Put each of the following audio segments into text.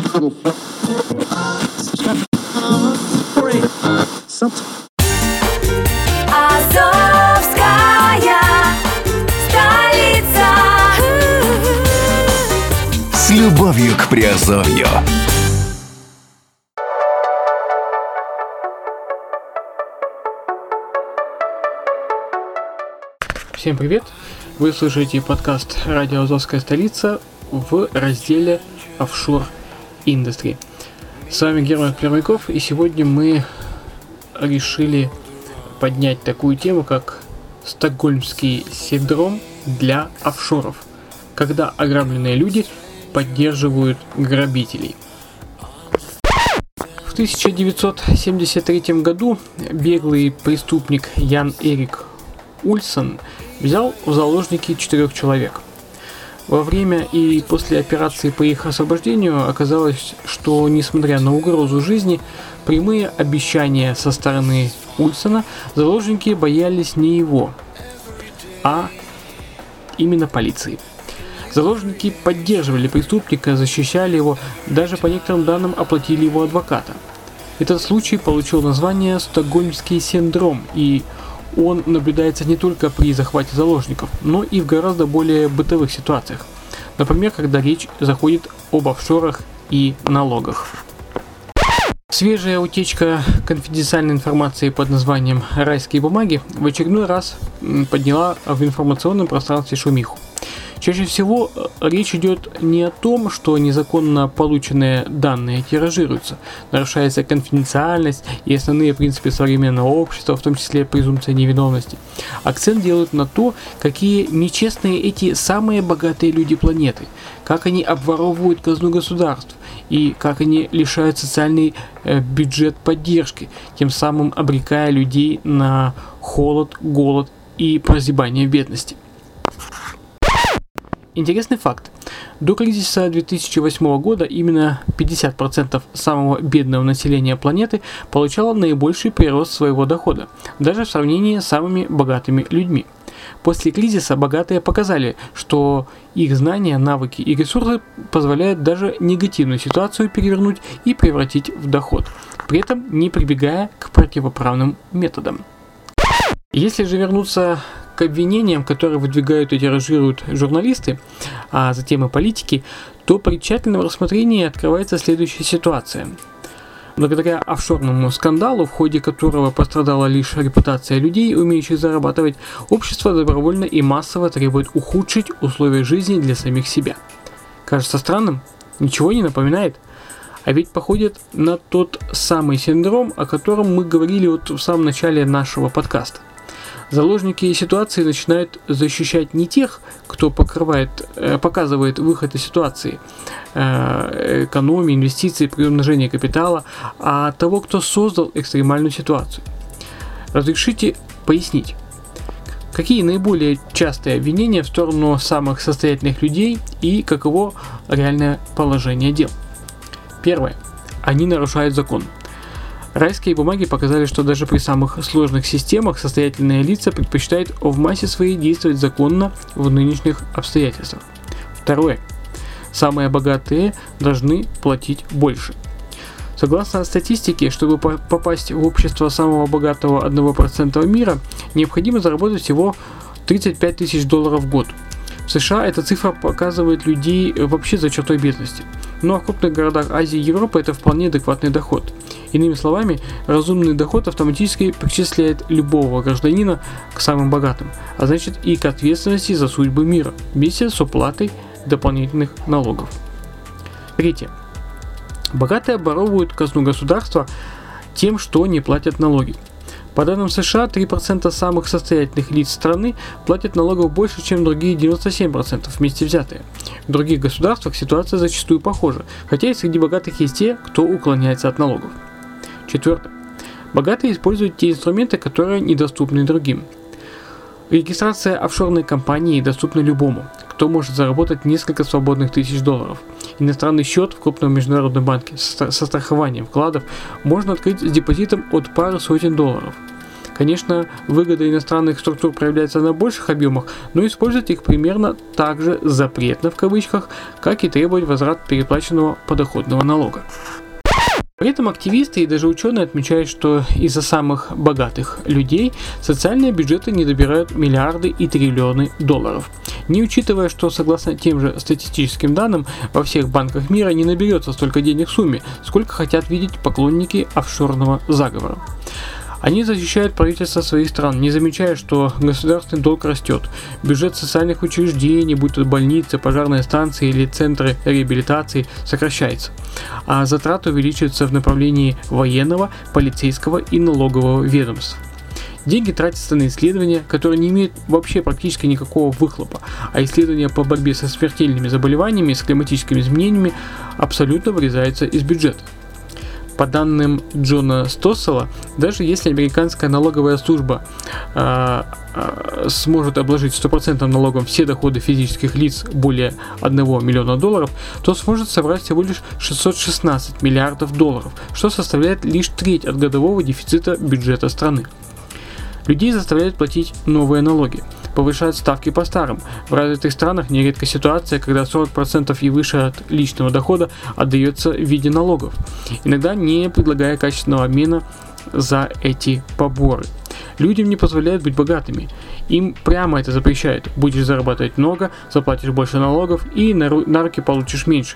Столица. С любовью к Приазовью. Всем привет! Вы слушаете подкаст «Радио Азовская столица» в разделе Offshore Industry. С вами Герман Пермяков, и сегодня мы решили поднять такую тему, как стокгольмский синдром для офшоров, когда ограбленные люди поддерживают грабителей. В 1973 году беглый преступник Ян Эрик Ульсон взял в заложники 4 человек. Во время и после операции по их освобождению оказалось, что, несмотря на угрозу жизни, прямые обещания со стороны Ульсона, заложники боялись не его, а именно полиции. Заложники поддерживали преступника, защищали его, даже по некоторым данным оплатили его адвоката. Этот случай получил название «Стокгольмский синдром», и он наблюдается не только при захвате заложников, но и в гораздо более бытовых ситуациях. Например, когда речь заходит об офшорах и налогах. Свежая утечка конфиденциальной информации под названием «Райские бумаги» в очередной раз подняла в информационном пространстве шумиху. Чаще всего речь идет не о том, что незаконно полученные данные тиражируются, нарушается конфиденциальность и основные принципы современного общества, в том числе презумпция невиновности. Акцент делают на то, какие нечестные эти самые богатые люди планеты, как они обворовывают казну государств и как они лишают социальный бюджет поддержки, тем самым обрекая людей на холод, голод и прозябание в бедности. Интересный факт. До кризиса 2008 года именно 50% самого бедного населения планеты получало наибольший прирост своего дохода, даже в сравнении с самыми богатыми людьми. После кризиса богатые показали, что их знания, навыки и ресурсы позволяют даже негативную ситуацию перевернуть и превратить в доход, при этом не прибегая к противоправным методам. Если же вернуться к обвинениям, которые выдвигают и тиражируют журналисты, а затем и политики, то при тщательном рассмотрении открывается следующая ситуация. Благодаря офшорному скандалу, в ходе которого пострадала лишь репутация людей, умеющих зарабатывать, общество добровольно и массово требует ухудшить условия жизни для самих себя. Кажется странным? Ничего не напоминает? А ведь походит на тот самый синдром, о котором мы говорили вот в самом начале нашего подкаста. Заложники ситуации начинают защищать не тех, кто показывает выход из ситуации, экономии, инвестиций, приумножения капитала, а того, кто создал экстремальную ситуацию. Разрешите пояснить, какие наиболее частые обвинения в сторону самых состоятельных людей и каково реальное положение дел. Первое. Они нарушают закон. Райские бумаги показали, что даже при самых сложных системах состоятельные лица предпочитают в массе своей действовать законно в нынешних обстоятельствах. Второе. Самые богатые должны платить больше. Согласно статистике, чтобы попасть в общество самого богатого 1% мира, необходимо заработать всего $35 000 в год. В США эта цифра показывает людей вообще за чертой бедности. Ну а в крупных городах Азии и Европы это вполне адекватный доход. Иными словами, разумный доход автоматически причисляет любого гражданина к самым богатым, а значит и к ответственности за судьбы мира, вместе с уплатой дополнительных налогов. Третье. Богатые обворовывают казну государства тем, что не платят налоги. По данным США, 3% самых состоятельных лиц страны платят налогов больше, чем другие 97% вместе взятые. В других государствах ситуация зачастую похожа, хотя и среди богатых есть те, кто уклоняется от налогов. Четвертое. Богатые используют те инструменты, которые недоступны другим. Регистрация офшорной компании доступна любому, кто может заработать несколько свободных тысяч долларов. Иностранный счет в крупном международном банке со страхованием вкладов можно открыть с депозитом от пары сотен долларов. Конечно, выгода иностранных структур проявляется на больших объемах, но использовать их примерно так же «запретно» в кавычках, как и требовать возврат переплаченного подоходного налога. При этом активисты и даже ученые отмечают, что из-за самых богатых людей социальные бюджеты не добирают миллиарды и триллионы долларов. Не учитывая, что согласно тем же статистическим данным, во всех банках мира не наберется столько денег в сумме, сколько хотят видеть поклонники офшорного заговора. Они защищают правительство своих стран, не замечая, что государственный долг растет, бюджет социальных учреждений, будь то больницы, пожарные станции или центры реабилитации, сокращается, а затраты увеличиваются в направлении военного, полицейского и налогового ведомств. Деньги тратятся на исследования, которые не имеют вообще практически никакого выхлопа, а исследования по борьбе со смертельными заболеваниями, с климатическими изменениями абсолютно вырезаются из бюджета. По данным Джона Стоссела, даже если американская налоговая служба сможет обложить 100% налогом все доходы физических лиц более $1 миллиона, то сможет собрать всего лишь 616 миллиардов долларов, что составляет лишь треть от годового дефицита бюджета страны. Людей заставляют платить новые налоги, повышают ставки по старым. В развитых странах нередко ситуация, когда 40% и выше от личного дохода отдается в виде налогов, иногда не предлагая качественного обмена за эти поборы. Людям не позволяют быть богатыми. Им прямо это запрещают. Будешь зарабатывать много, заплатишь больше налогов и на руки получишь меньше.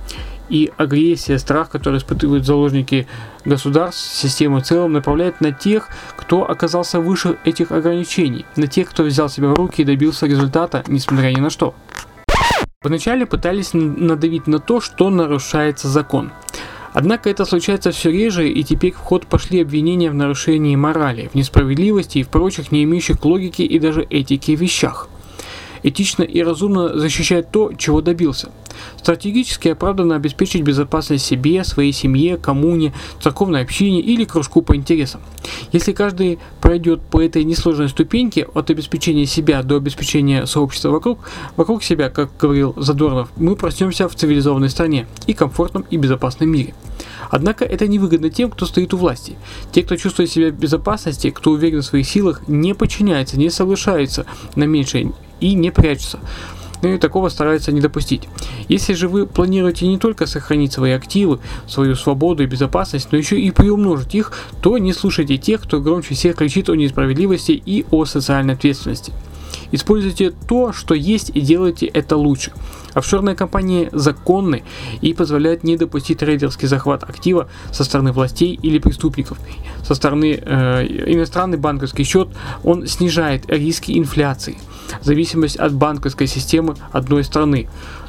И агрессия, страх, который испытывают заложники государств, системы в целом, направляет на тех, кто оказался выше этих ограничений, на тех, кто взял себя в руки и добился результата, несмотря ни на что. Вначале пытались надавить на то, что нарушается закон. Однако это случается все реже, и теперь в ход пошли обвинения в нарушении морали, в несправедливости и в прочих не имеющих логики и даже этики вещах. Этично и разумно защищать то, чего добился. Стратегически оправданно обеспечить безопасность себе, своей семье, коммуне, церковной общине или кружку по интересам. Если каждый пройдет по этой несложной ступеньке от обеспечения себя до обеспечения сообщества вокруг себя, как говорил Задорнов, мы проснемся в цивилизованной стране и комфортном и безопасном мире. Однако это невыгодно тем, кто стоит у власти. Те, кто чувствует себя в безопасности, кто уверен в своих силах, не подчиняются, не соглашаются на меньшее и не прячутся. И такого стараются не допустить. Если же вы планируете не только сохранить свои активы, свою свободу и безопасность, но еще и приумножить их, то не слушайте тех, кто громче всех кричит о несправедливости и о социальной ответственности. Используйте то, что есть, и делайте это лучше. Офшорные компании законны и позволяют не допустить трейдерский захват актива со стороны властей или преступников. Со стороны иностранный банковский счет, он снижает риски инфляции, зависимость от банковской системы одной страны.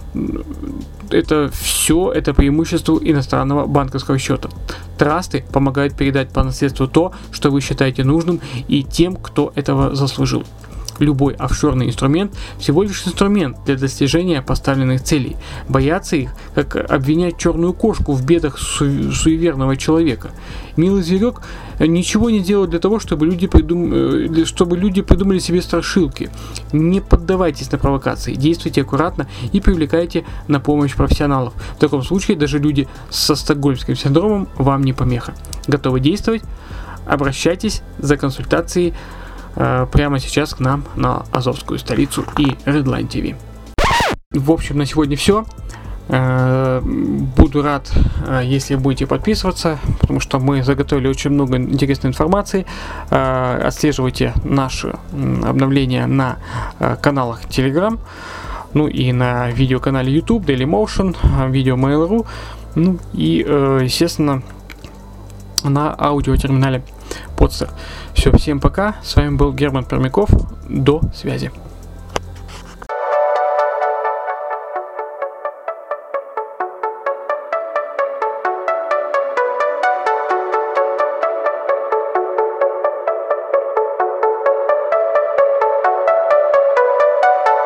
Это преимущество иностранного банковского счета. Трасты помогают передать по наследству то, что вы считаете нужным, и тем, кто этого заслужил. Любой офшорный инструмент всего лишь инструмент для достижения поставленных целей. Бояться их, как обвинять черную кошку в бедах суеверного человека. Милый зверек ничего не делает для того, чтобы люди придумали себе страшилки. Не поддавайтесь на провокации, действуйте аккуратно и привлекайте на помощь профессионалов. В таком случае даже люди со стокгольмским синдромом вам не помеха. Готовы действовать? Обращайтесь за консультацией прямо сейчас к нам на Азовскую столицу и Redline TV. В общем, на сегодня все. Буду рад, если будете подписываться, потому что мы заготовили очень много интересной информации. Отслеживайте наши обновления на каналах Telegram, ну и на видеоканале YouTube, Dailymotion, видео Mail.ru, ну и, естественно, на аудиотерминале Podster. Все, всем пока. С вами был Герман Пермяков. До связи.